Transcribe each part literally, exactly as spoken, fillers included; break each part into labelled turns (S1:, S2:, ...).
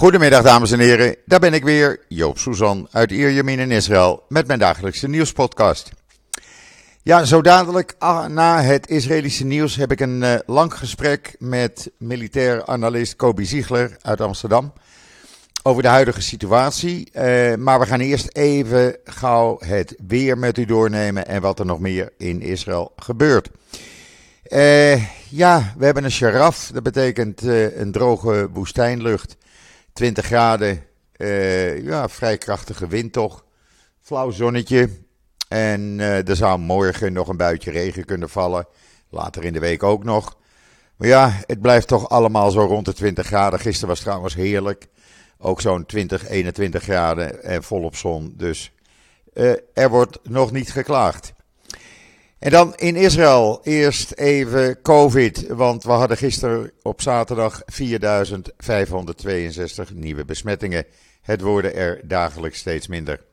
S1: Goedemiddag dames en heren, daar ben ik weer, Joop Suzan uit Ierjemien in Israël met mijn dagelijkse nieuwspodcast. Ja, zo dadelijk ah, na het Israëlische nieuws heb ik een uh, lang gesprek met militair analist Kobi Ziegler uit Amsterdam over de huidige situatie. Uh, maar we gaan eerst even gauw het weer met u doornemen en wat er nog meer in Israël gebeurt. Uh, ja, we hebben een sharaf, dat betekent uh, een droge woestijnlucht. twintig graden, uh, ja, vrij krachtige wind toch, flauw zonnetje en uh, er zou morgen nog een buitje regen kunnen vallen, later in de week ook nog. Maar ja, het blijft toch allemaal zo rond de twintig graden, gisteren was het trouwens heerlijk, ook zo'n twintig, eenentwintig graden en volop zon, dus uh, er wordt nog niet geklaagd. En dan in Israël eerst even COVID, want we hadden gisteren op zaterdag vierduizend vijfhonderdtweeënzestig nieuwe besmettingen. Het worden er dagelijks steeds minder.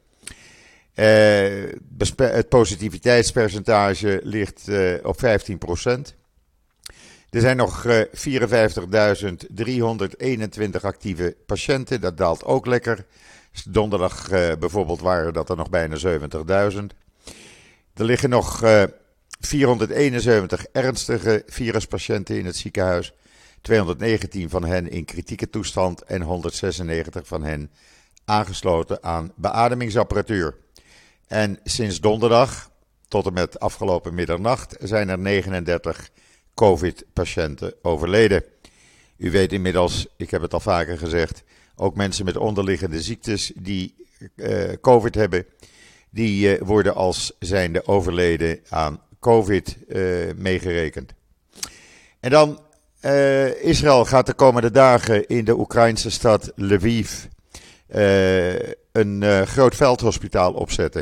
S1: Uh, het positiviteitspercentage ligt uh, op vijftien procent. Er zijn nog uh, vierenvijftigduizend driehonderdeenentwintig actieve patiënten, dat daalt ook lekker. Donderdag uh, bijvoorbeeld waren dat er nog bijna zeventigduizend. Er liggen nog uh, vierhonderdeenenzeventig ernstige viruspatiënten in het ziekenhuis. tweehonderdnegentien van hen in kritieke toestand en honderdzesennegentig van hen aangesloten aan beademingsapparatuur. En sinds donderdag tot en met afgelopen middernacht zijn er negenendertig COVID-patiënten overleden. U weet inmiddels, ik heb het al vaker gezegd, ook mensen met onderliggende ziektes die uh, COVID hebben, die uh, worden als zijnde overleden aan COVID uh, meegerekend. En dan, uh, Israël gaat de komende dagen in de Oekraïnse stad Lviv uh, een uh, groot veldhospitaal opzetten.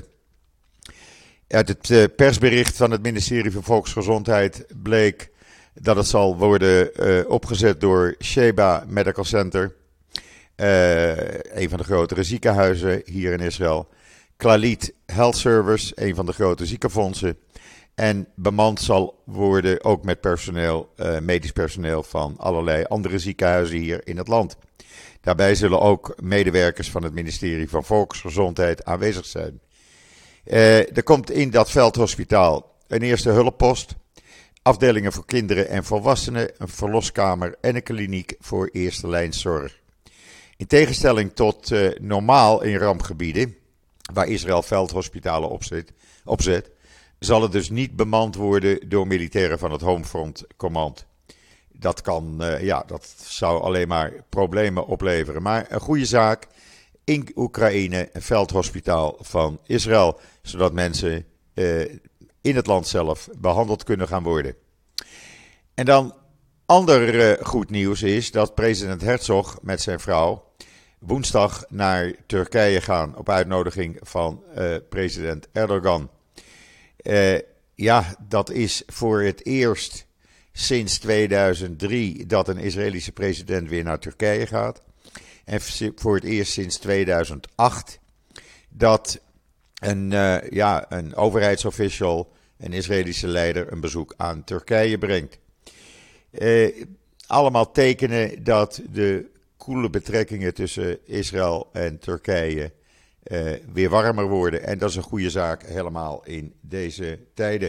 S1: Uit het uh, persbericht van het ministerie van Volksgezondheid bleek dat het zal worden uh, opgezet door Sheba Medical Center, uh, een van de grotere ziekenhuizen hier in Israël. Clalit Health Service, een van de grote ziekenfondsen. En bemand zal worden ook met personeel, uh, medisch personeel van allerlei andere ziekenhuizen hier in het land. Daarbij zullen ook medewerkers van het ministerie van Volksgezondheid aanwezig zijn. Uh, er komt in dat veldhospitaal een eerste hulppost, afdelingen voor kinderen en volwassenen, een verloskamer en een kliniek voor eerste lijnszorg. In tegenstelling tot uh, normaal in rampgebieden, waar Israël veldhospitalen opzet, opzet, zal het dus niet bemand worden door militairen van het Homefront Command. Dat kan, uh, ja, dat zou alleen maar problemen opleveren. Maar een goede zaak, in Oekraïne een veldhospitaal van Israël, zodat mensen uh, in het land zelf behandeld kunnen gaan worden. En dan ander uh, goed nieuws is dat president Herzog met zijn vrouw woensdag naar Turkije gaan op uitnodiging van uh, president Erdogan. Uh, ja, dat is voor het eerst sinds tweeduizend drie dat een Israëlische president weer naar Turkije gaat. En voor het eerst sinds tweeduizend acht dat een, uh, ja, een overheidsofficial, een Israëlische leider, een bezoek aan Turkije brengt. Uh, allemaal tekenen dat de koele betrekkingen tussen Israël en Turkije uh, weer warmer worden. En dat is een goede zaak helemaal in deze tijden.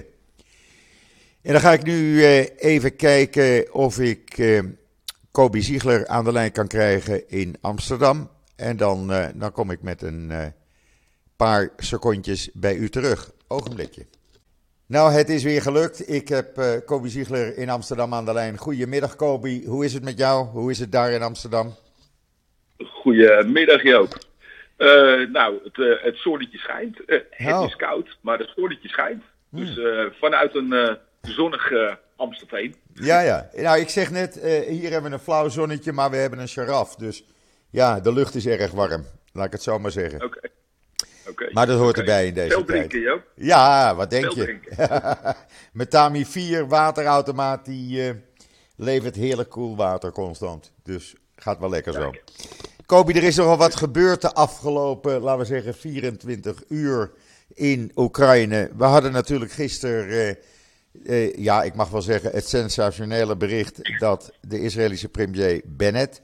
S1: En dan ga ik nu uh, even kijken of ik uh, Kobi Ziegler aan de lijn kan krijgen in Amsterdam. En dan, uh, dan kom ik met een uh, paar secondjes bij u terug. Ogenblikje. Nou, het is weer gelukt. Ik heb uh, Kobi Ziegler in Amsterdam aan de lijn. Goedemiddag Kobi, hoe is het met jou? Hoe is het daar in Amsterdam?
S2: Goedemiddag Joop. Uh, nou, het, uh, het zonnetje schijnt. Uh, het
S1: oh.
S2: is koud, maar het zonnetje schijnt.
S1: Hmm.
S2: Dus uh, vanuit een uh, zonnig uh, Amstelveen.
S1: Ja, ja. Nou, ik zeg net, uh, hier hebben we een flauw zonnetje, maar we hebben een sharaf. Dus ja, de lucht is erg warm. Laat ik het zo maar zeggen.
S2: Oké. Okay. Okay.
S1: Maar dat hoort
S2: okay.
S1: erbij in deze
S2: Veel
S1: tijd.
S2: drinken, Joop.
S1: Ja, wat denk
S2: Veel
S1: je? Met Tami vier waterautomaat, die uh, levert heerlijk koel water constant. Dus gaat wel lekker zo. Kobi, er is nogal wat gebeurd de afgelopen, laten we zeggen, vierentwintig uur in Oekraïne. We hadden natuurlijk gisteren, uh, uh, ja, ik mag wel zeggen, het sensationele bericht dat de Israëlische premier Bennett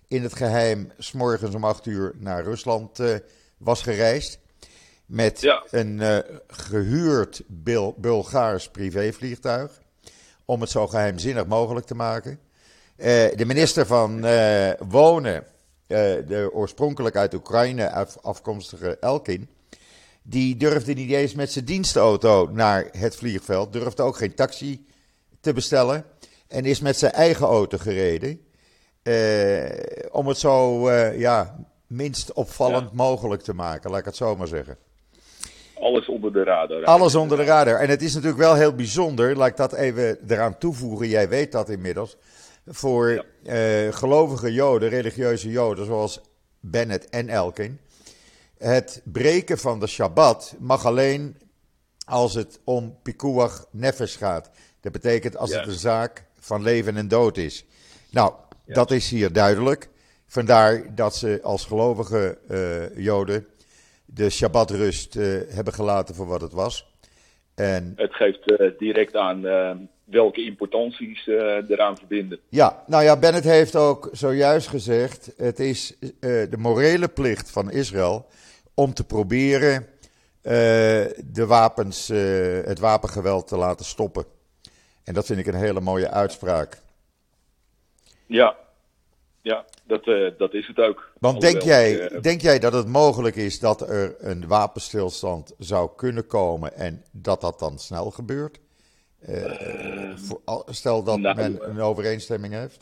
S1: in het geheim 's morgens om acht uur naar Rusland uh, was gereisd. Met ja. een uh, gehuurd Bil- Bulgaars privévliegtuig. Om het zo geheimzinnig mogelijk te maken. Uh, de minister van uh, Wonen, uh, de oorspronkelijk uit Oekraïne af- afkomstige Elkin. Die durfde niet eens met zijn dienstauto naar het vliegveld. Durfde ook geen taxi te bestellen. En is met zijn eigen auto gereden. Uh, om het zo uh, ja, minst opvallend ja. mogelijk te maken, laat ik het zo maar zeggen.
S2: Alles onder de radar.
S1: Alles onder de radar. En het is natuurlijk wel heel bijzonder, laat ik dat even eraan toevoegen, jij weet dat inmiddels. Voor ja. uh, gelovige Joden, religieuze Joden zoals Bennett en Elkin. Het breken van de Shabbat mag alleen als het om pikuach nefesh gaat. Dat betekent als yes. het een zaak van leven en dood is. Nou, yes. dat is hier duidelijk. Vandaar dat ze als gelovige uh, Joden de Shabbatrust uh, hebben gelaten voor wat het was. En
S2: het geeft uh, direct aan uh, welke importanties uh, eraan verbinden.
S1: Ja, nou ja, Bennett heeft ook zojuist gezegd, het is uh, de morele plicht van Israël om te proberen uh, de wapens, uh, het wapengeweld te laten stoppen. En dat vind ik een hele mooie uitspraak.
S2: Ja, ja dat, uh, dat is het ook.
S1: Want denk jij, uh, denk jij dat het mogelijk is dat er een wapenstilstand zou kunnen komen en dat dat dan snel gebeurt? Uh, uh, voor, stel dat nou, men een overeenstemming heeft?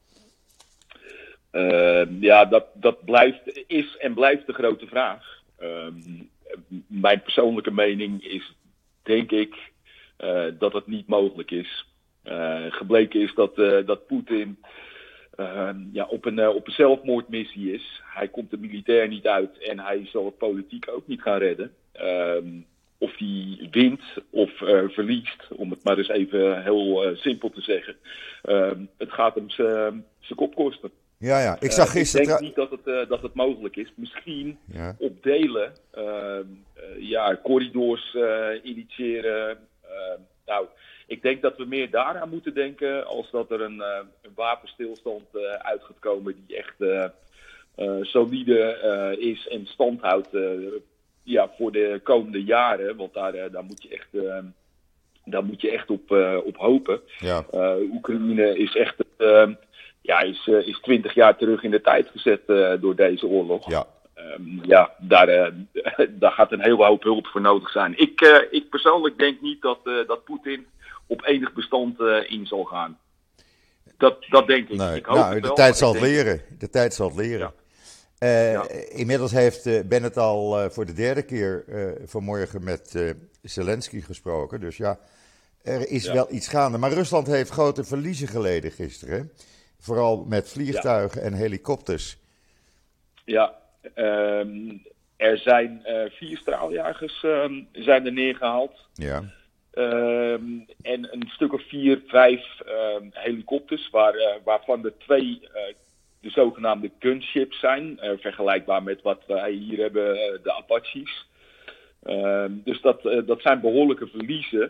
S2: Uh, ja, dat, dat blijft, is en blijft de grote vraag. Uh, mijn persoonlijke mening is, denk ik, uh, dat het niet mogelijk is. Uh, gebleken is dat, uh, dat Poetin uh, ja, op, een, uh, op een zelfmoordmissie is. Hij komt er militair niet uit en hij zal het politiek ook niet gaan redden. Uh, of hij wint of uh, verliest, om het maar eens even heel uh, simpel te zeggen. Uh, het gaat hem zijn kop kosten.
S1: Ja, ja. Ik zag gisteren.
S2: Uh, ik denk niet dat het, uh, dat het mogelijk is. Misschien ja. op delen, uh, uh, ja, corridors uh, initiëren. Uh, nou, ik denk dat we meer daaraan moeten denken als dat er een, uh, een wapenstilstand uh, uit gaat komen die echt uh, uh, solide uh, is en stand houdt uh, ja, voor de komende jaren. Want daar, uh, daar moet je echt, uh, daar moet je echt op, uh, op hopen.
S1: Ja.
S2: Uh, Oekraïne is echt. Uh, Ja, is, uh, is twintig jaar terug in de tijd gezet uh, door deze oorlog.
S1: Ja,
S2: um, ja daar, uh, daar gaat een hele hoop hulp voor nodig zijn. Ik, uh, ik persoonlijk denk niet dat, uh, dat Poetin op enig bestand uh, in zal gaan. Dat, dat denk ik.
S1: Nee.
S2: ik hoop
S1: nou,
S2: het
S1: de
S2: wel,
S1: tijd zal het
S2: denk...
S1: leren. De tijd zal het leren. Ja. Uh, ja. Inmiddels heeft uh, Bennett al uh, voor de derde keer uh, vanmorgen met uh, Zelensky gesproken. Dus ja, er is ja. wel iets gaande. Maar Rusland heeft grote verliezen geleden gisteren, hè? Vooral met vliegtuigen ja. en helikopters.
S2: Ja, um, er zijn uh, vier straaljagers um, zijn er neergehaald.
S1: Ja.
S2: Um, en een stuk of vier, vijf um, helikopters, waar, uh, waarvan er twee uh, de zogenaamde gunships zijn. Uh, vergelijkbaar met wat wij hier hebben, uh, de Apaches. Um, dus dat, uh, dat zijn behoorlijke verliezen.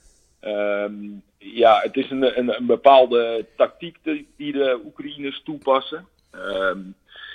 S2: Um, ja, het is een, een, een bepaalde tactiek die de Oekraïners toepassen. Um,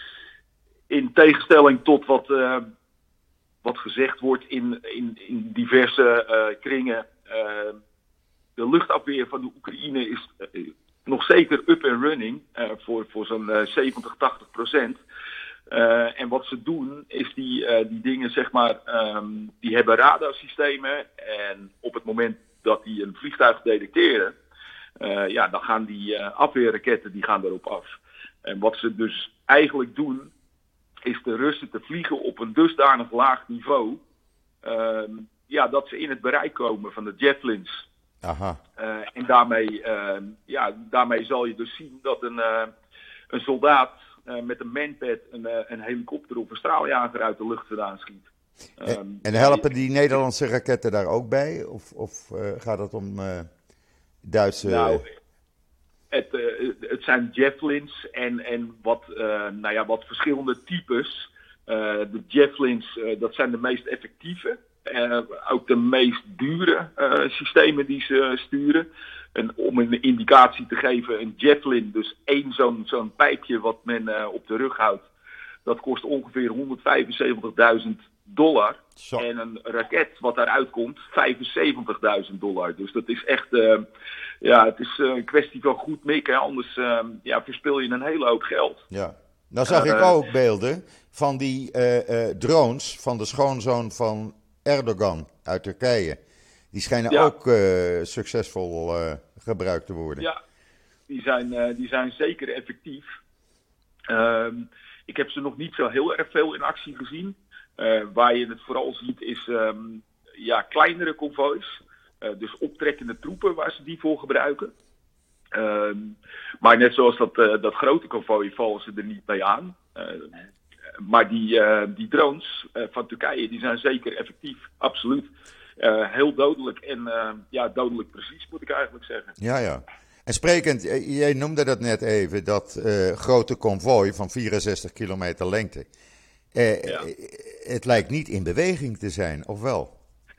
S2: in tegenstelling tot wat, uh, wat gezegd wordt in, in, in diverse uh, kringen. Uh, de luchtafweer van de Oekraïne is uh, nog zeker up and running uh, voor, voor zo'n uh, zeventig, tachtig procent. Uh, en wat ze doen is die, uh, die dingen, zeg maar, um, die hebben radarsystemen en op het moment dat die een vliegtuig detecteren, uh, ja, dan gaan die uh, afweerraketten die gaan erop af. En wat ze dus eigenlijk doen, is de Russen te vliegen op een dusdanig laag niveau, uh, ja, dat ze in het bereik komen van de Javelins.
S1: Aha.
S2: Uh, en daarmee, uh, ja, daarmee zal je dus zien dat een, uh, een soldaat uh, met een manpad een, uh, een helikopter of een straaljager uit de lucht vandaan schiet.
S1: Um, en helpen die Nederlandse raketten daar ook bij? Of, of uh, gaat het om uh, Duitse...
S2: Nou, het, uh, het zijn Javelins en, en wat, uh, nou ja, wat verschillende types. Uh, de Javelins, uh, dat zijn de meest effectieve. Uh, ook de meest dure uh, systemen die ze uh, sturen. een, om een indicatie te geven, een javelin, dus één zo'n, zo'n pijpje wat men uh, op de rug houdt, dat kost ongeveer honderdvijfenzeventigduizend dollar.
S1: Zo.
S2: En een raket wat daaruit komt, vijfenzeventigduizend dollar. Dus dat is echt, uh, ja, het is een kwestie van goed mikken. Anders uh, ja, verspil je een hele hoop geld.
S1: Ja. Nou zag ik ook beelden van die uh, uh, drones van de schoonzoon van Erdogan uit Turkije. Die schijnen ja. ook uh, succesvol uh, gebruikt te worden.
S2: Ja, die zijn, uh, die zijn zeker effectief. Uh, ik heb ze nog niet zo heel erg veel in actie gezien. Uh, waar je het vooral ziet is um, ja, kleinere konvoois. Uh, dus optrekkende troepen waar ze die voor gebruiken. Uh, maar net zoals dat, uh, dat grote konvooi vallen ze er niet mee aan. Uh, maar die, uh, die drones uh, van Turkije die zijn zeker effectief, absoluut. Uh, heel dodelijk en uh, ja, dodelijk precies moet ik eigenlijk zeggen.
S1: Ja, ja. En sprekend, jij noemde dat net even, dat uh, grote konvooi van vierenzestig kilometer lengte. Uh, ja. Het lijkt niet in beweging te zijn, of wel?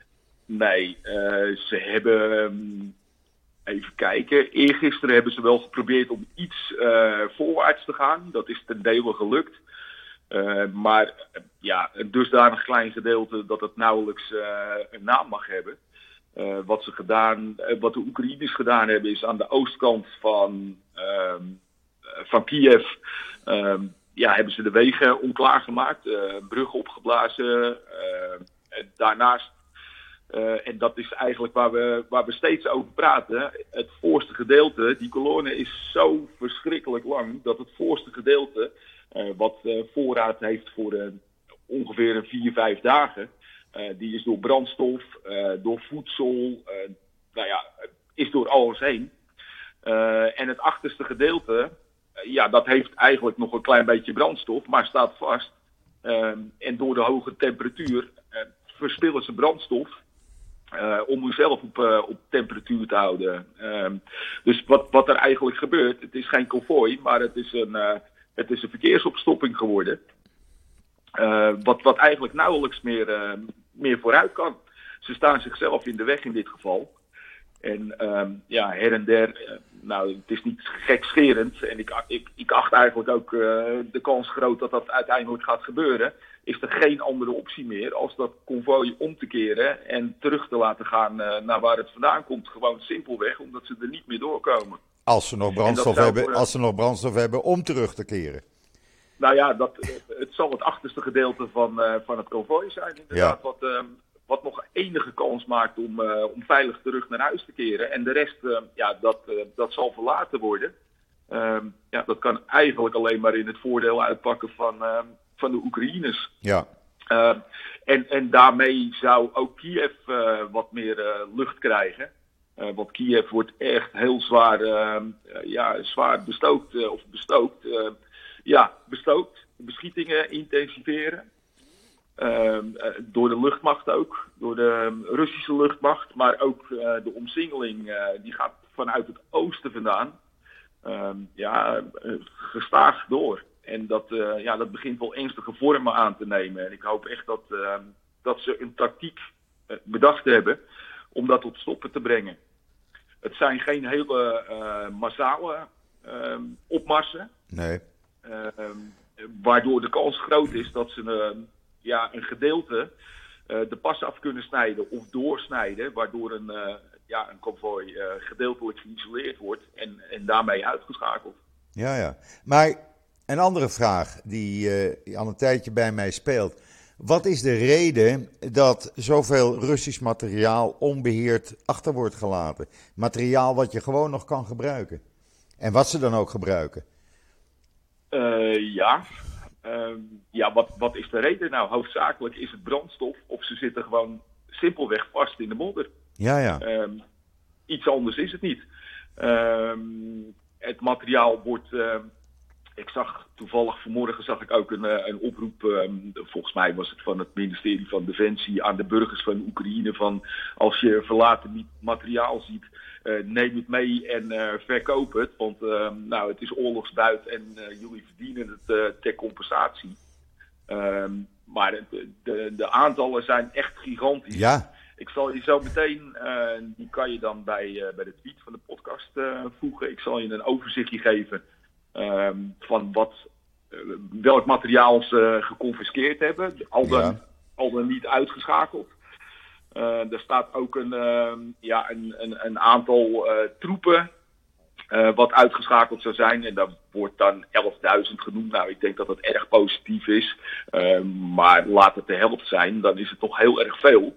S2: Nee, uh, ze hebben, um, even kijken, eergisteren hebben ze wel geprobeerd om iets uh, voorwaarts te gaan. Dat is ten dele gelukt. Uh, maar uh, ja, een dusdanig klein gedeelte dat het nauwelijks uh, een naam mag hebben. Uh, wat, ze gedaan, uh, wat de Oekraïners gedaan hebben is aan de oostkant van, uh, van Kiev... Uh, Ja, hebben ze de wegen onklaargemaakt, uh, bruggen opgeblazen. Uh, daarnaast, uh, en dat is eigenlijk waar we, waar we steeds over praten, het voorste gedeelte, die kolonne is zo verschrikkelijk lang, dat het voorste gedeelte, uh, wat uh, voorraad heeft voor uh, ongeveer een vier, vijf dagen, uh, die is door brandstof, uh, door voedsel, uh, nou ja, is door alles heen. Uh, en het achterste gedeelte, ja, dat heeft eigenlijk nog een klein beetje brandstof, maar staat vast. Uh, en door de hoge temperatuur uh, verspillen ze brandstof uh, om uzelf op, uh, op temperatuur te houden. Uh, dus wat, wat er eigenlijk gebeurt, het is geen konvooi, maar het is een, uh, het is een verkeersopstopping geworden. Uh, wat, wat eigenlijk nauwelijks meer, uh, meer vooruit kan. Ze staan zichzelf in de weg in dit geval. En um, ja, her en der, uh, nou, het is niet gekscherend. En ik, ik, ik acht eigenlijk ook uh, de kans groot dat dat uiteindelijk gaat gebeuren. Is er geen andere optie meer als dat konvooi om te keren en terug te laten gaan uh, naar waar het vandaan komt. Gewoon simpelweg, omdat ze er niet meer doorkomen.
S1: Als ze nog brandstof, hebben, voor, uh, als ze nog brandstof hebben om terug te keren.
S2: Nou ja, dat, het zal het achterste gedeelte van, uh, van het konvooi zijn inderdaad. Ja. Wat, uh, wat nog enige kans maakt om, uh, om veilig terug naar huis te keren. En de rest, uh, ja, dat, uh, dat zal verlaten worden. Uh, ja, dat kan eigenlijk alleen maar in het voordeel uitpakken van, uh, van de Oekraïners.
S1: Ja.
S2: Uh, en, en daarmee zou ook Kiev uh, wat meer uh, lucht krijgen. Uh, want Kiev wordt echt heel zwaar, uh, uh, ja, zwaar bestookt. Uh, of bestookt. Uh, ja, bestookt. Beschietingen intensiveren. Uh, door de luchtmacht ook, door de Russische luchtmacht, maar ook uh, de omsingeling, uh, die gaat vanuit het oosten vandaan, uh, ja, uh, gestaag door. En dat, uh, ja, dat begint wel ernstige vormen aan te nemen. En ik hoop echt dat, uh, dat ze een tactiek uh, bedacht hebben om dat tot stoppen te brengen. Het zijn geen hele uh, massale uh, opmarsen,
S1: nee.
S2: uh, waardoor de kans groot is dat ze uh, ja, een gedeelte uh, de pas af kunnen snijden of doorsnijden, waardoor een, uh, ja, een konvooi uh, gedeeltelijk geïsoleerd wordt en, en daarmee uitgeschakeld.
S1: Ja, ja. Maar een andere vraag die, uh, die al een tijdje bij mij speelt. Wat is de reden dat zoveel Russisch materiaal onbeheerd achter wordt gelaten? Materiaal wat je gewoon nog kan gebruiken. En wat ze dan ook gebruiken?
S2: Uh, ja... Uh, ja, wat, wat is de reden? Nou, hoofdzakelijk is het brandstof of ze zitten gewoon simpelweg vast in de modder.
S1: Ja, ja.
S2: Um, iets anders is het niet. Um, het materiaal wordt... Uh, ik zag toevallig vanmorgen zag ik ook een, een oproep, um, volgens mij was het van het ministerie van Defensie aan de burgers van Oekraïne van als je verlaten materiaal ziet, uh, neem het mee en uh, verkoop het. Want uh, nou, het is oorlogsbuit en uh, jullie verdienen het uh, ter compensatie. Um, maar de, de, de aantallen zijn echt gigantisch.
S1: Ja.
S2: Ik zal je zo meteen, uh, die kan je dan bij, uh, bij de tweet van de podcast podcast uh, voegen. Ik zal je een overzichtje geven uh, van wat, uh, welk materiaal ze geconfiskeerd hebben. Al dan, ja. al dan niet uitgeschakeld. Uh, er staat ook een, uh, ja, een, een, een aantal uh, troepen uh, wat uitgeschakeld zou zijn. En dat wordt dan elfduizend genoemd. Nou, ik denk dat dat erg positief is. Uh, maar laat het de helft zijn, dan is het toch heel erg veel.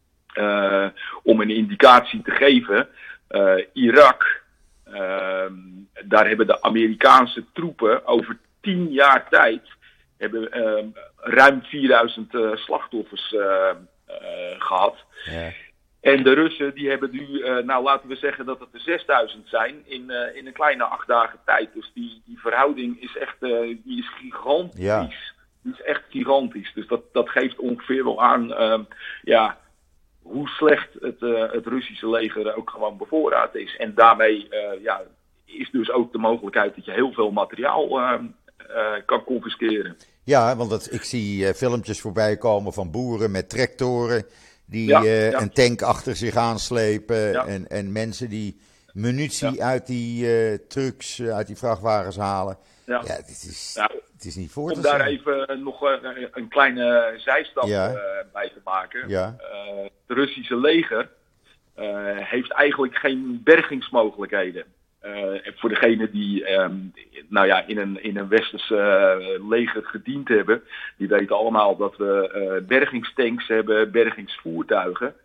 S2: Uh, om een indicatie te geven, uh, Irak, uh, daar hebben de Amerikaanse troepen over tien jaar tijd hebben, uh, ruim vierduizend uh, slachtoffers uh, uh, gehad. Ja. En de Russen die hebben nu, uh, nou laten we zeggen dat het er zesduizend zijn in, uh, in een kleine acht dagen tijd. Dus die, die verhouding is echt uh, die is gigantisch. Ja. Die is echt gigantisch. Dus dat, dat geeft ongeveer wel aan, uh, ja... hoe slecht het, uh, het Russische leger ook gewoon bevoorraad is. En daarmee uh, ja, is dus ook de mogelijkheid dat je heel veel materiaal uh, uh, kan confisceren.
S1: Ja, want dat, ik zie uh, filmpjes voorbij komen van boeren met tractoren die ja, uh, ja. een tank achter zich aanslepen. Ja. En, en mensen die munitie ja. uit die uh, trucks, uh, uit die vrachtwagens halen. Ja, ja dit is... Ja. Het is niet voor
S2: Om
S1: te
S2: daar
S1: zijn.
S2: even nog een, een kleine zijstap ja. uh, bij te maken. Ja. Uh, het Russische leger uh, heeft eigenlijk geen bergingsmogelijkheden. Uh, voor degenen die um, nou ja, in een, in een westerse uh, leger gediend hebben, die weten allemaal dat we uh, bergingstanks hebben, bergingsvoertuigen.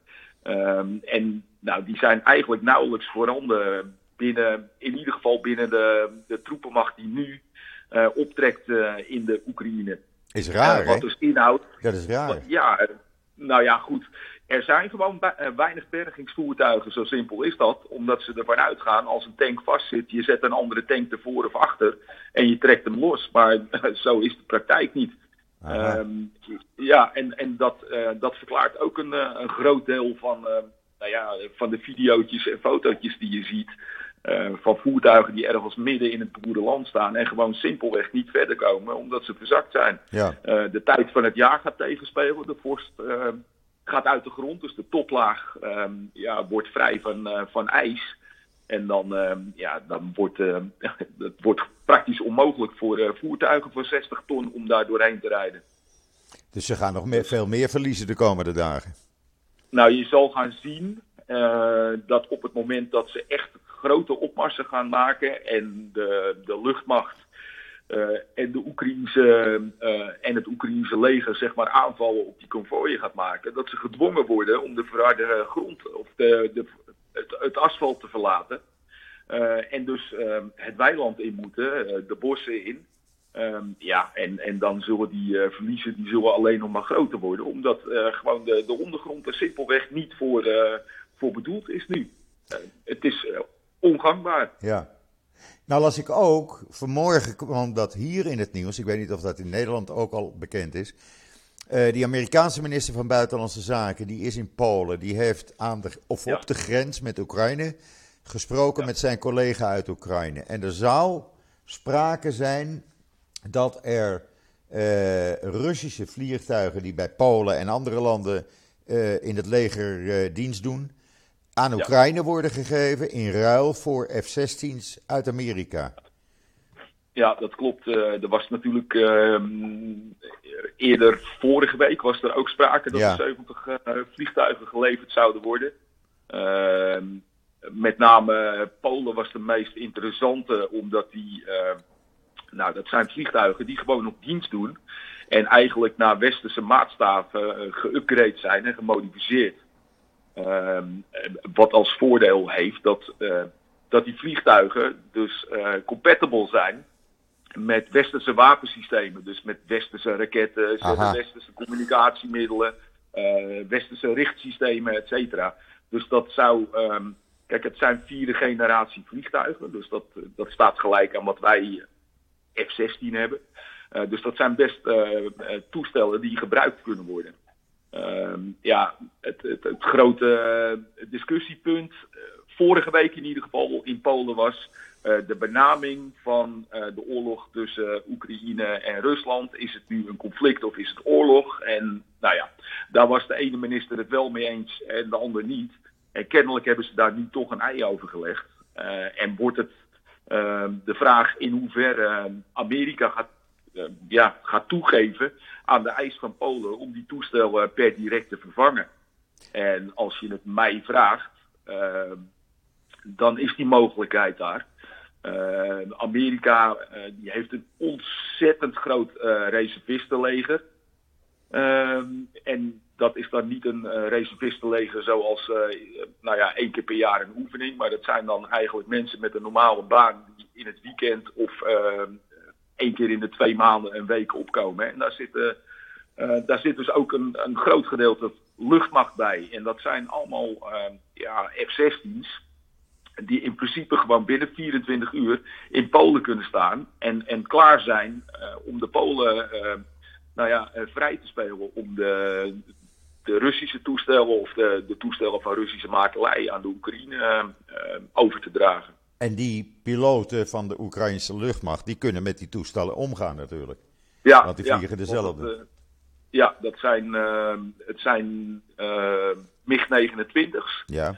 S2: Um, en nou, die zijn eigenlijk nauwelijks voorhanden binnen, in ieder geval binnen de, de troepenmacht die nu Uh, optrekt uh, in de Oekraïne.
S1: Is raar, uh,
S2: Wat
S1: hè?
S2: dus inhoudt...
S1: Dat is raar.
S2: Wat, ja, uh, nou ja, goed. Er zijn gewoon uh, weinig bergingsvoertuigen, zo simpel is dat. Omdat ze ervan uitgaan, als een tank vastzit, je zet een andere tank ervoor of achter en je trekt hem los. Maar uh, zo is de praktijk niet. Um, ja, en, en dat, uh, dat verklaart ook een, uh, een groot deel van, uh, nou ja, van de video's en fotootjes die je ziet. Uh, van voertuigen die ergens midden in het boerenland staan en gewoon simpelweg niet verder komen omdat ze verzakt zijn. Ja. Uh, de tijd van het jaar gaat tegenspelen, de vorst uh, gaat uit de grond, dus de toplaag uh, ja, wordt vrij van, uh, van ijs. En dan, uh, ja, dan wordt uh, het wordt praktisch onmogelijk voor uh, voertuigen van zestig ton om daar doorheen te rijden.
S1: Dus ze gaan nog meer, veel meer verliezen de komende dagen?
S2: Nou, je zal gaan zien uh, dat op het moment dat ze echt grote opmarsen gaan maken en de, de luchtmacht uh, en, de Oekraïense, uh, en het Oekraïense leger zeg maar aanvallen op die konvooien gaat maken, dat ze gedwongen worden om de verharde grond of de, de, het, het asfalt te verlaten. Uh, en dus uh, het weiland in moeten, uh, de bossen in. Um, ja, en, en dan zullen die uh, verliezen die zullen alleen nog maar groter worden, omdat uh, gewoon de, de ondergrond er simpelweg niet voor, uh, voor bedoeld is nu. Uh, het is uh, ongangbaar.
S1: Ja. Nou las ik ook, vanmorgen kwam dat hier in het nieuws, ik weet niet of dat in Nederland ook al bekend is. Uh, die Amerikaanse minister van Buitenlandse Zaken, die is in Polen, die heeft aan de, of ja. op de grens met Oekraïne gesproken ja. met zijn collega uit Oekraïne. En er zou sprake zijn dat er uh, Russische vliegtuigen die bij Polen en andere landen uh, in het leger uh, dienst doen, aan Oekraïne ja. worden gegeven in ruil voor F zestien's uit Amerika.
S2: Ja, dat klopt. Uh, er was natuurlijk uh, eerder vorige week was er ook sprake dat ja. er zeventig uh, vliegtuigen geleverd zouden worden. Uh, met name Polen was de meest interessante, omdat die, uh, nou dat zijn vliegtuigen die gewoon op dienst doen en eigenlijk naar westerse maatstaven uh, geüpgrade zijn en gemodificeerd. Uh, wat als voordeel heeft dat, uh, dat die vliegtuigen dus uh, compatible zijn met westerse wapensystemen. Dus met westerse raketten, westerse communicatiemiddelen, uh, westerse richtsystemen, et cetera. Dus dat zou, um, kijk het zijn vierde generatie vliegtuigen. Dus dat, dat staat gelijk aan wat wij F zestien hebben. Uh, dus dat zijn best uh, uh, toestellen die gebruikt kunnen worden. Uh, ja, het, het, het grote uh, discussiepunt uh, vorige week in ieder geval in Polen was uh, de benaming van uh, de oorlog tussen uh, Oekraïne en Rusland. Is het nu een conflict of is het oorlog? En nou ja, daar was de ene minister het wel mee eens en de ander niet. En kennelijk hebben ze daar nu toch een ei over gelegd. Uh, en wordt het uh, de vraag in hoeverre Amerika gaat, uh, ja, gaat toegeven aan de eis van Polen om die toestellen per direct te vervangen. En als je het mij vraagt, uh, dan is die mogelijkheid daar. Uh, Amerika uh, die heeft een ontzettend groot uh, reservistenleger. Uh, en dat is dan niet een uh, reservistenleger zoals uh, nou ja, één keer per jaar een oefening. Maar dat zijn dan eigenlijk mensen met een normale baan die in het weekend of uh, één keer in de twee maanden een week opkomen. En daar zit, uh, uh, daar zit dus ook een, een groot gedeelte luchtmacht bij. En dat zijn allemaal uh, ja, F zestien's. Die in principe gewoon binnen vierentwintig uur in Polen kunnen staan. En, en klaar zijn uh, om de Polen uh, nou ja, uh, vrij te spelen. Om de, de Russische toestellen of de, de toestellen van Russische makelij aan de Oekraïne uh, uh, over te dragen.
S1: En die piloten van de Oekraïnse luchtmacht, die kunnen met die toestellen omgaan natuurlijk.
S2: Ja,
S1: want die
S2: ja,
S1: vliegen dezelfde.
S2: Het, uh, ja, dat zijn, uh, het zijn uh, MiG negenentwintig's.
S1: Ja.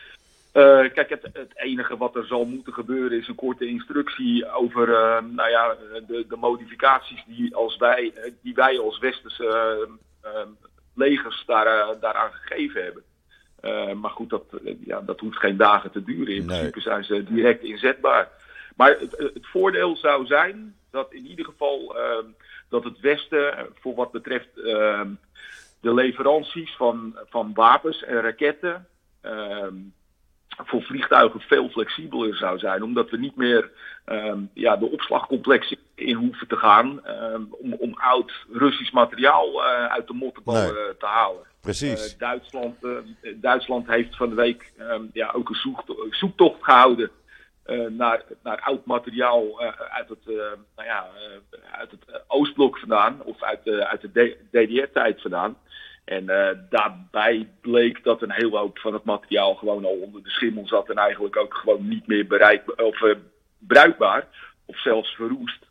S2: Uh, kijk, het, het enige wat er zal moeten gebeuren is een korte instructie over uh, nou ja, de, de modificaties die, als wij, die wij als westerse uh, uh, legers daar, uh, daaraan gegeven hebben. Uh, maar goed, dat, uh, ja, dat hoeft geen dagen te duren. In
S1: nee.
S2: principe zijn ze direct inzetbaar. Maar het, het voordeel zou zijn dat in ieder geval uh, dat het Westen voor wat betreft uh, de leveranties van, van wapens en raketten Uh, voor vliegtuigen veel flexibeler zou zijn. Omdat we niet meer um, ja, de opslagcomplexen in hoeven te gaan um, om, om oud Russisch materiaal uh, uit de mottenbal nee. uh, te halen.
S1: Precies. Uh,
S2: Duitsland, uh, Duitsland heeft van de week um, ja, ook een zoektocht, zoektocht gehouden uh, naar, naar oud materiaal uh, uit het, uh, nou ja, uh, uit het Oostblok vandaan. Of uit de, uit de D D R-tijd vandaan. En uh, daarbij bleek dat een hele hoop van het materiaal gewoon al onder de schimmel zat en eigenlijk ook gewoon niet meer bereik, of, uh, bruikbaar of zelfs verroest.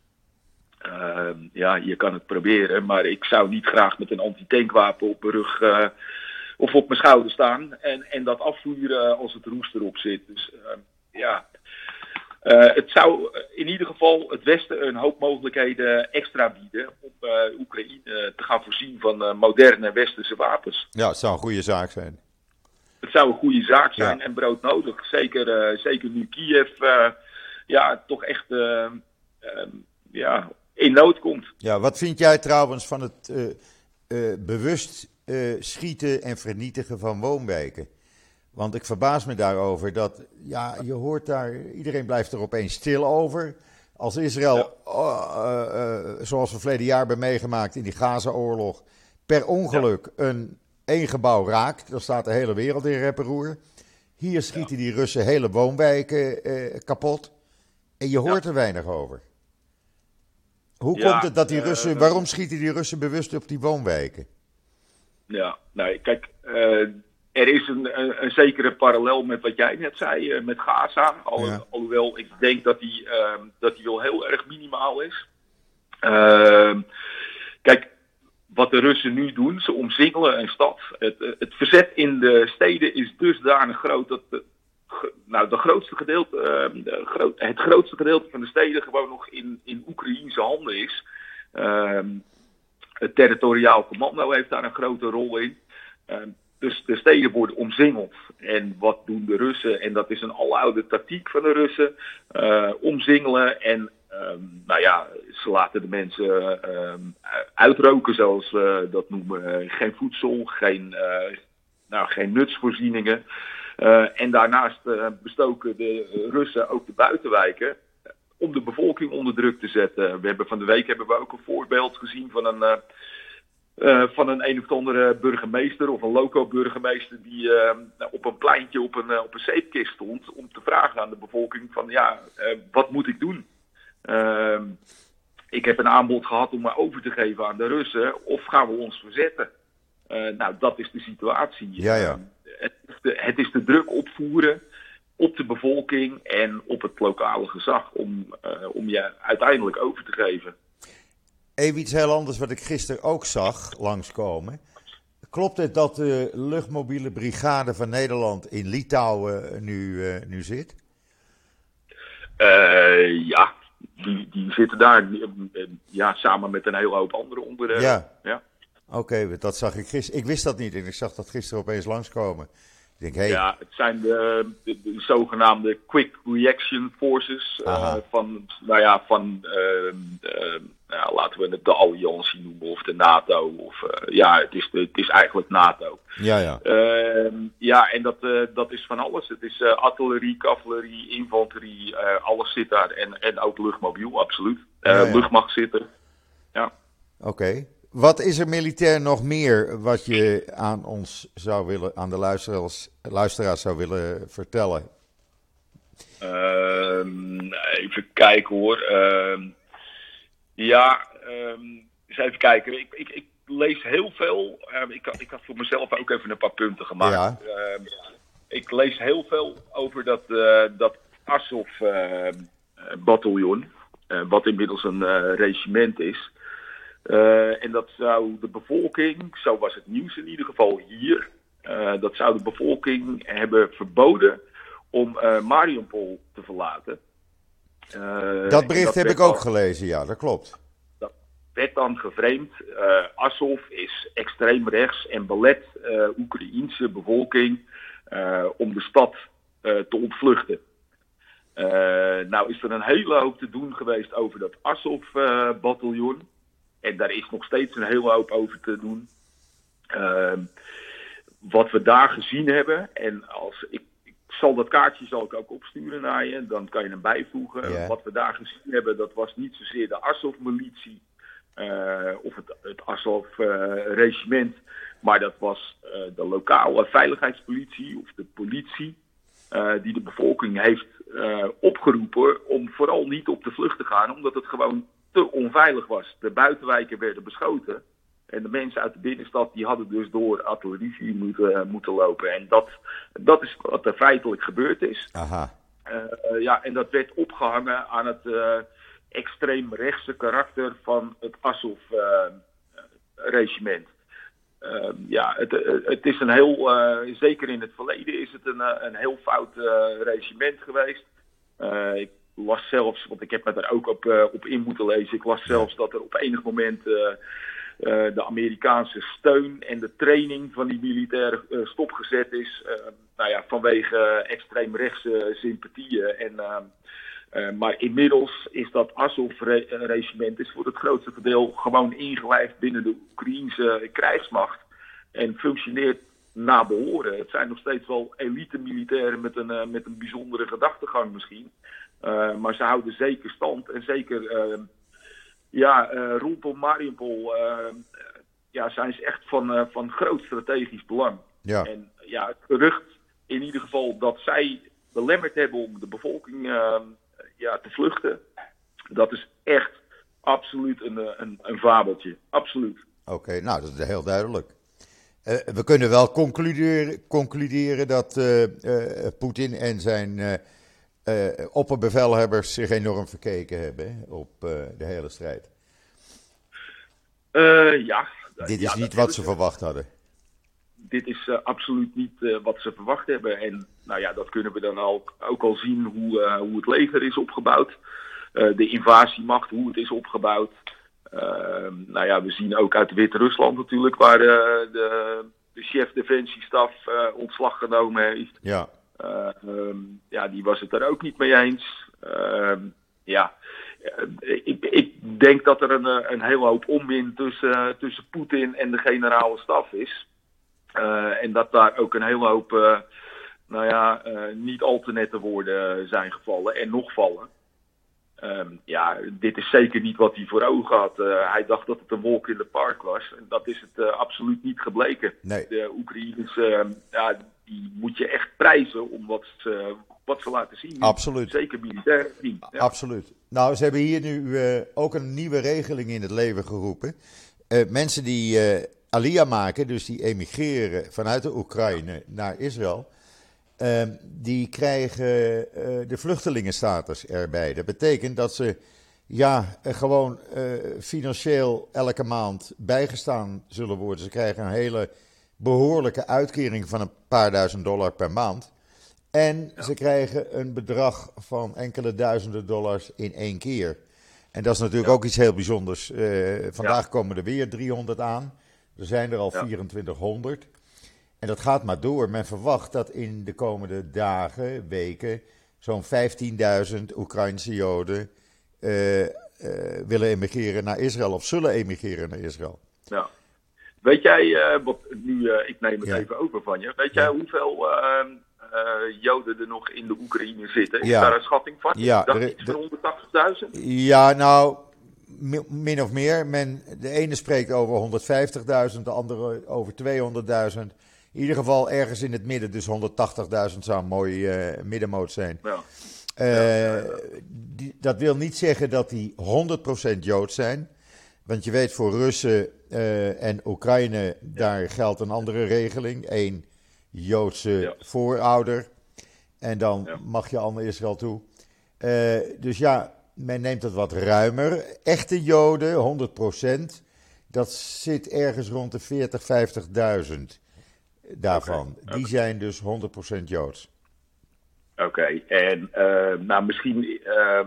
S2: Uh, ja, je kan het proberen, maar ik zou niet graag met een anti-tankwapen op mijn rug uh, of op mijn schouder staan en, en dat afvuren als het roest erop zit. Dus uh, ja... Uh, het zou in ieder geval het Westen een hoop mogelijkheden extra bieden om uh, Oekraïne te gaan voorzien van uh, moderne westerse wapens.
S1: Ja, het zou een goede zaak zijn.
S2: Het zou een goede zaak zijn ja. en broodnodig. Zeker, uh, zeker nu Kiev uh, ja, toch echt uh, uh, ja, in nood komt.
S1: Ja, wat vind jij trouwens van het uh, uh, bewust uh, schieten en vernietigen van woonwijken? Want ik verbaas me daarover dat, ja, je hoort daar, iedereen blijft er opeens stil over. Als Israël, ja. uh, uh, zoals we verleden jaar hebben meegemaakt in die Gaza-oorlog, per ongeluk ja. een één gebouw raakt, dan staat de hele wereld in rep en roer. Hier schieten ja. die Russen hele woonwijken uh, kapot en je hoort ja. er weinig over. Hoe ja, komt het dat die Russen, uh, waarom schieten die Russen bewust op die woonwijken?
S2: Ja, nee, kijk... Uh, Er is een, een, een zekere parallel met wat jij net zei, uh, met Gaza. Al, ja. Alhoewel ik denk dat die, uh, dat die wel heel erg minimaal is. Uh, kijk, wat de Russen nu doen, ze omsingelen een stad. Het, het verzet in de steden is dusdanig groot dat de, nou, de grootste gedeelte, uh, de gro- het grootste gedeelte van de steden gewoon nog in, in Oekraïense handen is. Uh, het territoriaal commando heeft daar een grote rol in. Uh, Dus de steden worden omsingeld. En wat doen de Russen? En dat is een aloude tactiek van de Russen. Uh, omsingelen en um, nou ja, ze laten de mensen um, uitroken zoals we dat noemen. Geen voedsel, geen, uh, nou, geen nutsvoorzieningen. Uh, en daarnaast uh, bestoken de Russen ook de buitenwijken om de bevolking onder druk te zetten. We hebben van de week hebben we ook een voorbeeld gezien van een... Uh, Uh, van een een of andere burgemeester of een loco-burgemeester die uh, op een pleintje op een, uh, op een zeepkist stond om te vragen aan de bevolking van ja, uh, wat moet ik doen? Uh, ik heb een aanbod gehad om me over te geven aan de Russen of gaan we ons verzetten? Uh, nou, dat is de situatie.
S1: Ja, ja.
S2: Uh, het, is de, het is de druk opvoeren op de bevolking en op het lokale gezag om, uh, om je uiteindelijk over te geven.
S1: Even iets heel anders wat ik gisteren ook zag langskomen. Klopt het dat de luchtmobiele brigade van Nederland in Litouwen nu, uh, nu zit?
S2: Uh, ja, die, die zitten daar die, uh, ja, samen met een hele hoop andere onderdelen.
S1: Ja,
S2: ja.
S1: oké, okay, dat zag ik gisteren. Ik wist dat niet en ik zag dat gisteren opeens langskomen. Ik denk, hey.
S2: Ja, het zijn de, de, de zogenaamde Quick Reaction Forces uh, van, nou ja, van uh, uh, nou, laten we het de Alliantie noemen of de NATO. Of, uh, ja, het is, de, het is eigenlijk NATO.
S1: Ja, ja.
S2: Uh, ja, en dat, uh, dat is van alles. Het is uh, artillerie, cavalerie, infanterie, uh, alles zit daar. En, en ook luchtmobiel, absoluut. Uh, ja, ja. Luchtmacht zitten. Ja.
S1: Oké. Okay. Wat is er militair nog meer wat je aan ons zou willen, aan de luisteraars, luisteraars zou willen vertellen?
S2: Uh, even kijken hoor. Uh, ja, um, eens even kijken. Ik, ik, ik lees heel veel. Uh, ik, ik had voor mezelf ook even een paar punten gemaakt.
S1: Ja.
S2: Uh, ik lees heel veel over dat, uh, dat Azov-bataljon, uh, uh, wat inmiddels een uh, regiment is. Uh, en dat zou de bevolking, zo was het nieuws in ieder geval hier, uh, dat zou de bevolking hebben verboden om uh, Mariupol te verlaten.
S1: Uh, dat bericht dat heb ik ook al gelezen, ja, dat klopt.
S2: Dat werd dan gevreemd. Uh, Azov is extreem rechts en belet uh, Oekraïense bevolking uh, om de stad uh, te ontvluchten. Uh, nou is er een hele hoop te doen geweest over dat Azov-bataljon. Uh, En daar is nog steeds een hele hoop over te doen. Uh, wat we daar gezien hebben. En als ik, ik zal dat kaartje zal ik ook opsturen naar je. Dan kan je hem bijvoegen.
S1: Yeah.
S2: Wat we daar gezien hebben, dat was niet zozeer de Azov-militie. Uh, of het, het Azov-regiment. Uh, maar dat was uh, de lokale veiligheidspolitie of de politie. Uh, die de bevolking heeft uh, opgeroepen om vooral niet op de vlucht te gaan. Omdat het gewoon te onveilig was. De buitenwijken werden beschoten. En de mensen uit de binnenstad die hadden dus door artillerievuur moeten, uh, moeten lopen. En dat, dat is wat er feitelijk gebeurd is.
S1: Aha.
S2: Uh, uh, ja, en dat werd opgehangen aan het uh, extreem rechtse karakter van het Azov-regiment. Uh, uh, ja, het, uh, het is een heel, uh, zeker in het verleden is het een, uh, een heel fout uh, regiment geweest. Uh, ik las zelfs, want ik heb me daar ook op, uh, op in moeten lezen, ik las zelfs dat er op enig moment uh, uh, de Amerikaanse steun en de training van die militairen uh, stopgezet is. Uh, nou ja, vanwege uh, extreemrechtse sympathieën. En, uh, uh, maar inmiddels is dat Azov-regiment is voor het grootste deel gewoon ingelijfd binnen de Oekraïense krijgsmacht. En functioneert naar behoren. Het zijn nog steeds wel elite militairen met een, uh, met een bijzondere gedachtegang misschien. Uh, maar ze houden zeker stand en zeker uh, ja, uh, rondom Mariupol uh, ja, zijn ze echt van, uh, van groot strategisch belang.
S1: Ja.
S2: En ja, het gerucht in ieder geval dat zij belemmerd hebben om de bevolking uh, ja, te vluchten, dat is echt absoluut een, een, een fabeltje. Absoluut.
S1: Oké, okay, nou dat is heel duidelijk. Uh, we kunnen wel concluderen, concluderen dat uh, uh, Poetin en zijn uh, uh, opperbevelhebbers zich enorm verkeken hebben op uh, de hele strijd.
S2: Uh, ja.
S1: Dit is
S2: ja,
S1: niet wat ze uh, verwacht hadden.
S2: Dit is uh, absoluut niet uh, wat ze verwacht hebben. En nou ja, dat kunnen we dan al, ook al zien hoe, uh, hoe het leger is opgebouwd. Uh, de invasiemacht, hoe het is opgebouwd. Uh, nou ja, we zien ook uit Wit-Rusland natuurlijk, waar uh, de, de chef defensiestaf uh, ontslag genomen heeft.
S1: Ja.
S2: Uh, um, ja, die was het er ook niet mee eens. Uh, ja, uh, ik, ik denk dat er een, een hele hoop onmin tussen, uh, tussen Poetin en de generale staf is. Uh, en dat daar ook een hele hoop, uh, nou ja, uh, niet al te nette woorden zijn gevallen en nog vallen. Um, ja, dit is zeker niet wat hij voor ogen had. Uh, hij dacht dat het een wolk in de park was. En dat is het uh, absoluut niet gebleken.
S1: Nee.
S2: De Oekraïners, uh, ja, die moet je echt prijzen om wat ze, wat ze laten zien.
S1: Absoluut.
S2: Zeker militair zien. Ja.
S1: Absoluut. Nou, ze hebben hier nu uh, ook een nieuwe regeling in het leven geroepen. Uh, mensen die uh, Aliyah maken, dus die emigreren vanuit de Oekraïne naar Israël, Uh, die krijgen uh, de vluchtelingenstatus erbij. Dat betekent dat ze ja, uh, gewoon uh, financieel elke maand bijgestaan zullen worden. Ze krijgen een hele behoorlijke uitkering van een paar duizend dollar per maand. En
S2: Ja.
S1: ze krijgen een bedrag van enkele duizenden dollars in één keer. En dat is natuurlijk
S2: Ja.
S1: ook iets heel bijzonders. Uh, vandaag
S2: Ja.
S1: komen er weer driehonderd aan. Er zijn er al
S2: Ja.
S1: vierentwintighonderd. En dat gaat maar door. Men verwacht dat in de komende dagen, weken, zo'n vijftienduizend Oekraïnse Joden uh, uh, willen emigreren naar Israël of zullen emigreren naar Israël.
S2: Ja. Weet jij, uh, wat, nu, uh, ik neem het
S1: Ja.
S2: even over van je, weet
S1: Ja.
S2: jij hoeveel uh, uh, Joden er nog in de Oekraïne zitten? Is
S1: Ja.
S2: daar een schatting van?
S1: Ja,
S2: Ik dacht
S1: er-
S2: iets
S1: de-
S2: van honderdtachtigduizend?
S1: Ja, nou, mi- min of meer. Men, de ene spreekt over honderdvijftigduizend, de andere over tweehonderdduizend. In ieder geval ergens in het midden, dus honderdtachtigduizend zou een mooi uh, middenmoot zijn.
S2: Ja.
S1: Uh,
S2: Ja, ja, ja.
S1: Die, dat wil niet zeggen dat die honderd procent Joods zijn. Want je weet, voor Russen uh, en Oekraïne, daar geldt een andere regeling. Eén Joodse
S2: Ja.
S1: voorouder. En dan
S2: Ja.
S1: mag je al naar Israël toe. Uh, dus ja, men neemt het wat ruimer. Echte Joden, honderd procent, dat zit ergens rond de veertig, vijftigduizend daarvan.
S2: Oké,
S1: Die
S2: oké.
S1: zijn dus honderd procent Joods.
S2: Oké, okay. en uh, nou, misschien uh,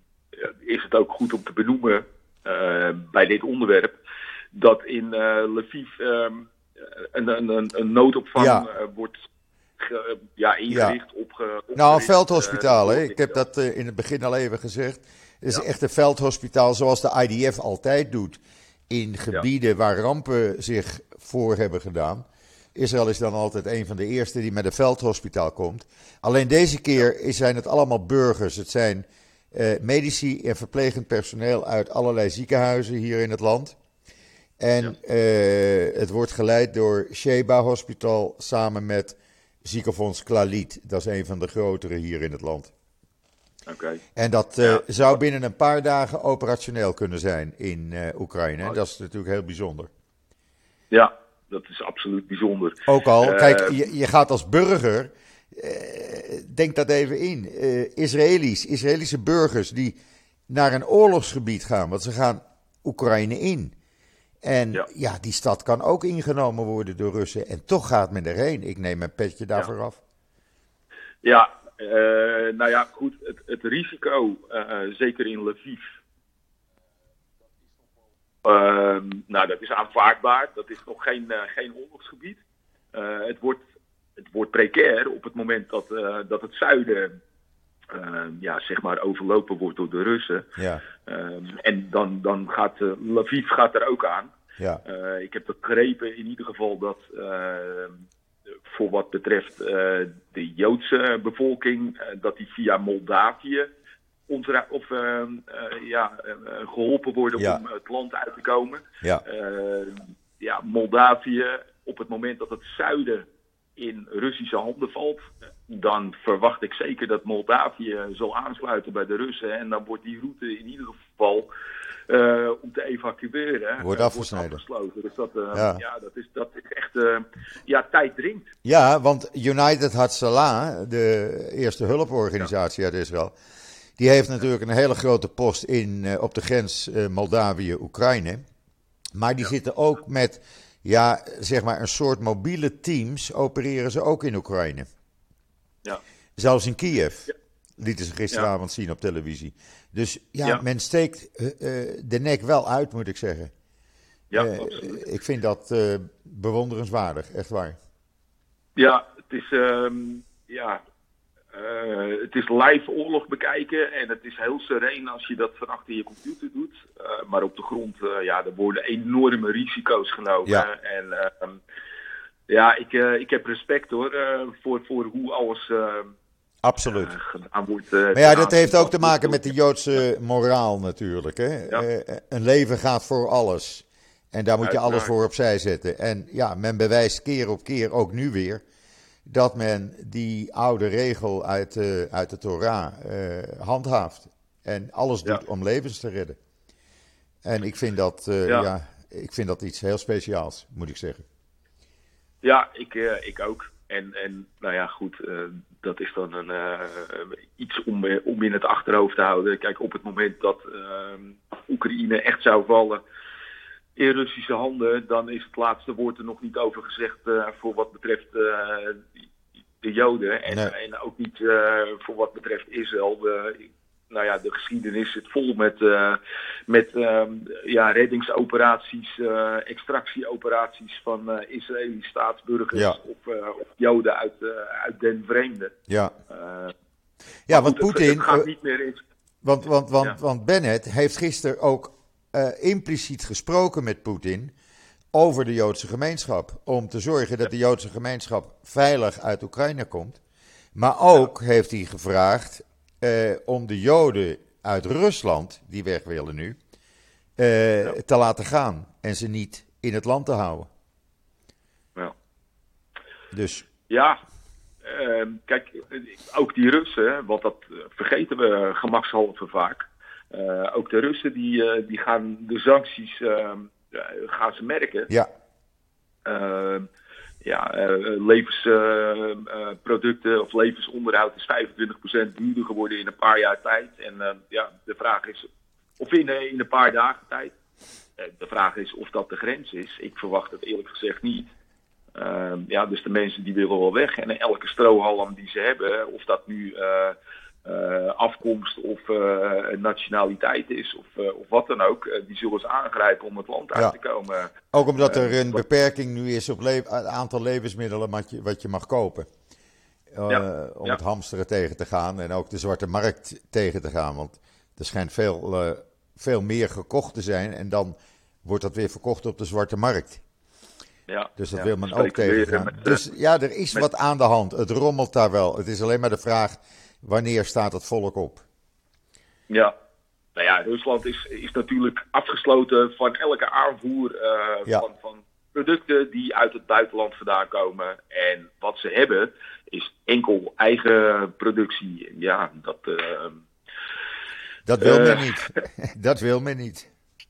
S2: is het ook goed om te benoemen uh, bij dit onderwerp dat in uh, Lviv um, een, een, een noodopvang
S1: Ja.
S2: uh, wordt ge, ja, ingericht.
S1: Ja.
S2: Op, opgericht,
S1: nou, een veldhospitaal,
S2: uh,
S1: hè? Ik heb dat uh, in het begin al even gezegd. Het is
S2: ja.
S1: echt een veldhospitaal zoals de I D F altijd doet in gebieden ja. waar rampen zich voor hebben gedaan. Israël is dan altijd een van de eerste die met een veldhospitaal komt. Alleen deze keer zijn het allemaal burgers. Het zijn uh, medici en verplegend personeel uit allerlei ziekenhuizen hier in het land. En ja. uh, het wordt geleid door Sheba Hospital samen met ziekenfonds Clalit. Dat is een van de grotere hier in het land.
S2: Okay.
S1: En dat uh,
S2: ja.
S1: zou binnen een paar dagen operationeel kunnen zijn in uh, Oekraïne.
S2: Oh.
S1: Dat is natuurlijk heel bijzonder.
S2: Ja. Dat is absoluut bijzonder.
S1: Ook al,
S2: uh,
S1: kijk, je, je gaat als burger, uh, denk dat even in, uh, Israëli's, Israëlische burgers die naar een oorlogsgebied gaan, want ze gaan Oekraïne in. En ja. ja, die stad kan ook ingenomen worden door Russen en toch gaat men erheen. Ik neem mijn petje daarvoor
S2: ja.
S1: af.
S2: Ja, uh, nou ja, goed, het, het risico, uh, zeker in Lviv, Uh, nou, dat is aanvaardbaar. Dat is nog geen, uh, geen oorlogsgebied. Uh, het, wordt, het wordt precair op het moment dat, uh, dat het zuiden uh, ja, zeg maar overlopen wordt door de Russen.
S1: Ja.
S2: Uh, en dan, dan gaat uh, Lviv gaat er ook aan.
S1: Ja.
S2: Uh, ik heb begrepen in ieder geval dat uh, voor wat betreft uh, de Joodse bevolking, uh, dat die via Moldavië Ontra- of uh, uh, ja, uh, geholpen worden
S1: ja.
S2: om het land uit te komen.
S1: Ja.
S2: Uh, ja, Moldavië, op het moment dat het zuiden in Russische handen valt, dan verwacht ik zeker dat Moldavië zal aansluiten bij de Russen. En dan wordt die route in ieder geval uh, om te evacueren
S1: wordt
S2: uh,
S1: afgesneden.
S2: Wordt afgesloten. Dus dat, uh,
S1: ja.
S2: Ja, dat, is, dat is echt, uh, ja, tijd dringt.
S1: Ja, want United Hatzalah, de eerste hulporganisatie ja. uit Israël, die heeft natuurlijk een hele grote post in, uh, op de grens uh, Moldavië-Oekraïne. Maar die ja. zitten ook met, ja, zeg maar een soort mobiele teams, opereren ze ook in Oekraïne.
S2: Ja.
S1: Zelfs in Kiev,
S2: ja.
S1: lieten ze gisteravond ja. zien op televisie. Dus ja,
S2: ja.
S1: men steekt uh, uh, de nek wel uit, moet ik zeggen.
S2: Ja,
S1: uh, ik vind dat uh, bewonderenswaardig, echt waar.
S2: Ja, het is... Um, ja... Uh, het is live oorlog bekijken en het is heel sereen als je dat van achter je computer doet. Uh, maar op de grond, uh, ja, er worden enorme risico's genomen.
S1: Ja.
S2: En uh, ja, ik, uh, ik heb respect hoor, uh, voor, voor hoe alles uh,
S1: Absoluut.
S2: Uh, gedaan wordt. Uh,
S1: maar ja, dat heeft ook te maken met de Joodse moraal natuurlijk. Hè?
S2: Ja.
S1: Uh, een leven gaat voor alles. En daar moet je
S2: Uiteraard.
S1: alles voor opzij zetten. En ja, men bewijst keer op keer, ook nu weer, dat men die oude regel uit, uh, uit de Torah uh, handhaaft. En alles doet ja. om levens te redden. En ik vind dat, uh, ja. Ja, ik vind dat iets heel speciaals, moet ik zeggen.
S2: Ja, ik, uh, ik ook. En, en nou ja, goed, uh, dat is dan een, uh, iets om, uh, om in het achterhoofd te houden. Kijk, op het moment dat uh, Oekraïne echt zou vallen in Russische handen, dan is het laatste woord er nog niet over gezegd uh, voor wat betreft uh, de Joden. En,
S1: Nee.
S2: en ook niet uh, voor wat betreft Israël. De, nou ja, de geschiedenis zit vol met, uh, met um, ja, reddingsoperaties, uh, extractieoperaties van uh, Israëlische staatsburgers
S1: Ja.
S2: of, uh, of Joden uit, uh, uit den vreemde.
S1: Ja,
S2: Uh,
S1: ja want
S2: goed,
S1: Poetin...
S2: Het, het gaat
S1: uh,
S2: niet meer in...
S1: Want, want, want,
S2: Ja.
S1: want Bennett heeft gisteren ook uh, impliciet gesproken met Poetin over de Joodse gemeenschap. Om te zorgen dat de Joodse gemeenschap veilig uit Oekraïne komt. Maar ook ja. heeft hij gevraagd uh, om de Joden uit Rusland, die weg willen nu, uh, ja. te laten gaan. En ze niet in het land te houden.
S2: Ja.
S1: Dus...
S2: Ja. Uh, kijk, ook die Russen, want dat vergeten we gemakshalve vaak. Uh, ook de Russen die, uh, die gaan de sancties uh, gaan ze merken.
S1: Ja.
S2: Uh, ja, uh, levensproducten uh, uh, of levensonderhoud is vijfentwintig procent duurder geworden in een paar jaar tijd. En uh, ja, de vraag is, of in, uh, in een paar dagen tijd. Uh, de vraag is of dat de grens is. Ik verwacht het eerlijk gezegd niet. Uh, ja, dus de mensen die willen wel weg. En elke strohalm die ze hebben, of dat nu uh, uh, afkomst of uh, nationaliteit is of, uh, of wat dan ook, uh, die zullen ze aangrijpen om het land uit
S1: ja.
S2: te komen.
S1: Ook omdat er een beperking nu is op le- het aantal levensmiddelen wat je, wat je mag kopen. Uh, ja. Om ja. het hamsteren tegen te gaan en ook de zwarte markt tegen te gaan. Want er schijnt veel, uh, veel meer gekocht te zijn en dan wordt dat weer verkocht op de zwarte markt.
S2: Ja,
S1: dus dat
S2: ja,
S1: wil men ook tegengaan.
S2: Met,
S1: dus ja, er is
S2: met...
S1: wat aan de hand. Het rommelt daar wel. Het is alleen maar de vraag, wanneer staat het volk op?
S2: Ja, nou ja, Rusland is, is natuurlijk afgesloten van elke aanvoer uh, ja. van, van producten die uit het buitenland vandaan komen. En wat ze hebben is enkel eigen productie. Ja, dat... Uh,
S1: dat wil
S2: uh,
S1: men niet. dat wil men niet.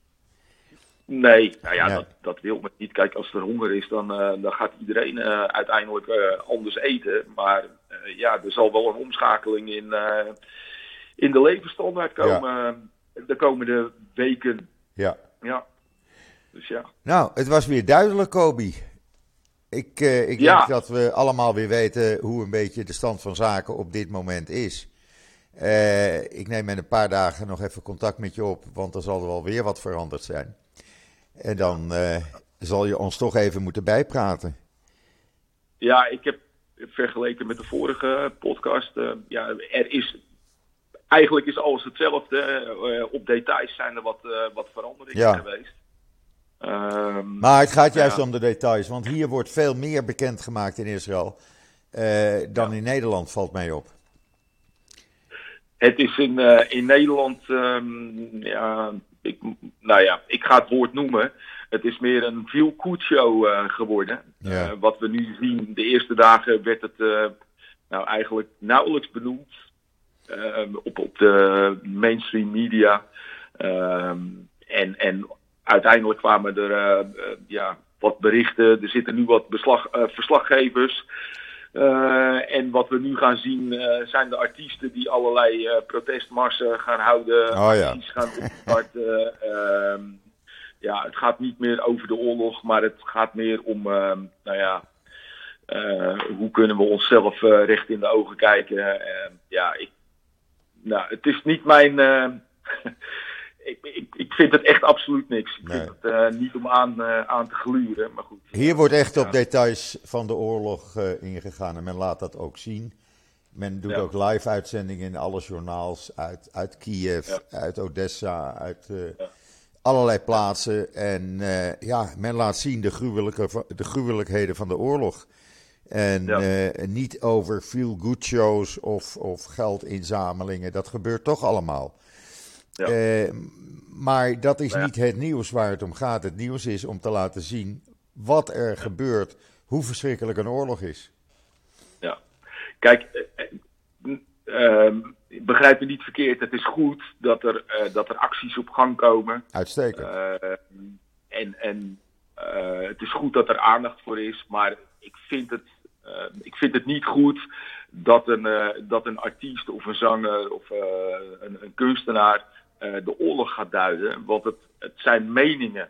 S2: Nee, nou ja,
S1: nee.
S2: Dat, dat wil men niet. Kijk, als er honger is, dan, uh, dan gaat iedereen uh, uiteindelijk uh, anders eten. Maar uh, ja, er zal wel een omschakeling in, uh, in de levensstandaard komen ja. uh, de komende weken.
S1: Ja.
S2: Ja. Dus ja.
S1: Nou, het was weer duidelijk, Kobi. Ik, uh, ik
S2: ja.
S1: denk dat we allemaal weer weten hoe een beetje de stand van zaken op dit moment is. Uh, ik neem in een paar dagen nog even contact met je op, want er zal er wel weer wat veranderd zijn. En dan uh, zal je ons toch even moeten bijpraten.
S2: Ja, ik heb vergeleken met de vorige podcast. Uh, ja, er is eigenlijk is alles hetzelfde. Uh, op details zijn er wat, uh, wat veranderingen ja. geweest. Um,
S1: maar het gaat juist ja. om de details, want hier wordt veel meer bekendgemaakt in Israël uh, dan ja. in Nederland, valt mij op.
S2: Het is in, uh, in Nederland, um, ja, ik, nou ja, ik ga het woord noemen. Het is meer een feel-good-show uh, geworden. Ja. Uh, wat we nu zien, de eerste dagen werd het uh, nou eigenlijk nauwelijks benoemd uh, op, op de mainstream media. Uh, en, en uiteindelijk kwamen er uh, uh, ja, wat berichten. Er zitten nu wat beslag, uh, verslaggevers. Uh, en wat we nu gaan zien uh, zijn de artiesten die allerlei uh, protestmarsen gaan houden,
S1: oh, ja.
S2: acties gaan opstarten. Uh, ja, het gaat niet meer over de oorlog, maar het gaat meer om, uh, nou ja, uh, hoe kunnen we onszelf uh, recht in de ogen kijken. Uh, ja, ik, nou, het is niet mijn... Uh, Ik, ik, ik vind het echt absoluut niks. Ik nee. vind het uh, niet om aan, uh, aan te gluren, maar goed.
S1: Hier wordt echt ja. op details van de oorlog uh, ingegaan en men laat dat ook zien. Men doet ja. ook live uitzendingen in alle journaals uit, uit Kiev, ja. uit Odessa, uit uh, ja. allerlei plaatsen. En uh, ja, men laat zien de, gruwelijke, de gruwelijkheden van de oorlog. En ja. uh, niet over feel-good shows of, of geldinzamelingen. Dat gebeurt toch allemaal. Ja. Uh, maar dat is nou ja. niet het nieuws waar het om gaat. Het nieuws is om te laten zien wat er ja. gebeurt, hoe verschrikkelijk een oorlog is.
S2: Ja, kijk, uh, uh, begrijp me niet verkeerd. Het is goed dat er, uh, dat er acties op gang komen.
S1: Uitstekend.
S2: Uh, en en uh, het is goed dat er aandacht voor is, maar ik vind het, uh, ik vind het niet goed dat een, uh, dat een artiest of een zanger of uh, een, een kunstenaar uh, de oorlog gaat duiden. Want het, het zijn meningen.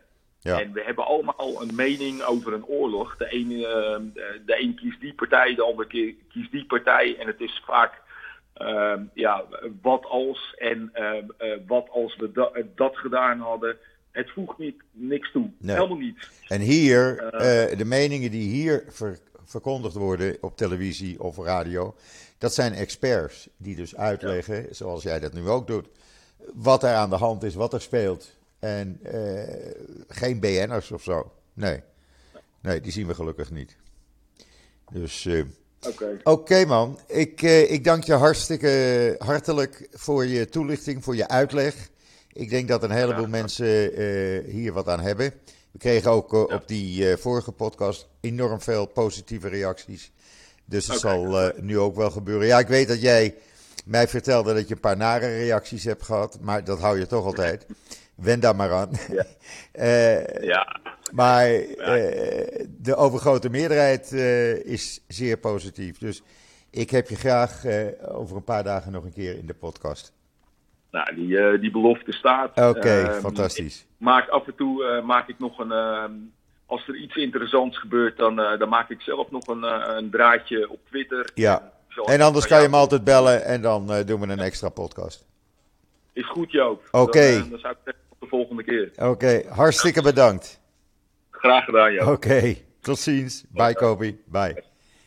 S1: Ja.
S2: En we hebben allemaal een mening over een oorlog. De een, uh, de een kiest die partij, de ander kiest die partij. En het is vaak, uh, ja, wat als en uh, uh, wat als we da- dat gedaan hadden. Het voegt niet, niks toe.
S1: Nee.
S2: Helemaal niet.
S1: En hier, uh, de meningen die hier ver, verkondigd worden op televisie of radio, dat zijn experts die dus uitleggen, ja. zoals jij dat nu ook doet, wat er aan de hand is, wat er speelt. En uh, geen B N'ers of zo. Nee. Nee, die zien we gelukkig niet. Dus, uh, oké
S2: okay.
S1: okay, man. Ik, uh, ik dank je hartstikke hartelijk voor je toelichting, voor je uitleg. Ik denk dat een heleboel ja. mensen uh, hier wat aan hebben. We kregen ook uh, ja. op die uh, vorige podcast enorm veel positieve reacties. Dus het okay. zal uh, nu ook wel gebeuren. Ja, ik weet dat jij mij vertelde dat je een paar nare reacties hebt gehad. Maar dat hou je toch altijd. Wen daar maar aan.
S2: Ja.
S1: uh,
S2: ja.
S1: Maar uh, de overgrote meerderheid uh, is zeer positief. Dus ik heb je graag uh, over een paar dagen nog een keer in de podcast.
S2: Nou, die, uh, die belofte staat.
S1: Oké, okay, uh,
S2: fantastisch. Maak af en toe uh, maak ik nog een. Uh, als er iets interessants gebeurt, dan, uh, dan maak ik zelf nog een, uh, een draadje op Twitter.
S1: Ja. En anders kan je hem altijd bellen en dan uh, doen we een extra podcast.
S2: Is goed, Joop.
S1: Oké. Okay.
S2: Dan, uh, dan zou ik zeggen tot de volgende keer.
S1: Oké, okay. Hartstikke bedankt.
S2: Graag gedaan, Joop.
S1: Oké, okay. Tot ziens. Bye, Kobi. Bye.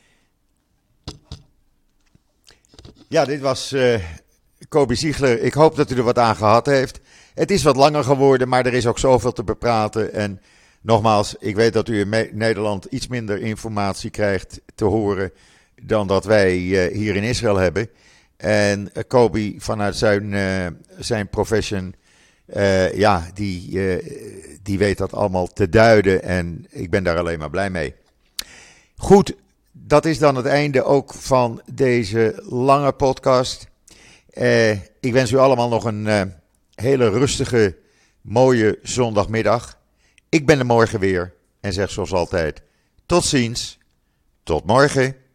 S1: Ja, dit was uh, Kobi Ziegler. Ik hoop dat u er wat aan gehad heeft. Het is wat langer geworden, maar er is ook zoveel te bepraten. En nogmaals, ik weet dat u in Me- Nederland iets minder informatie krijgt te horen dan dat wij uh, hier in Israël hebben. En uh, Kobi vanuit zijn, uh, zijn profession, uh, ja, die, uh, die weet dat allemaal te duiden. En ik ben daar alleen maar blij mee. Goed, dat is dan het einde ook van deze lange podcast. Uh, ik wens u allemaal nog een uh, hele rustige, mooie zondagmiddag. Ik ben er morgen weer en zeg zoals altijd, tot ziens, tot morgen.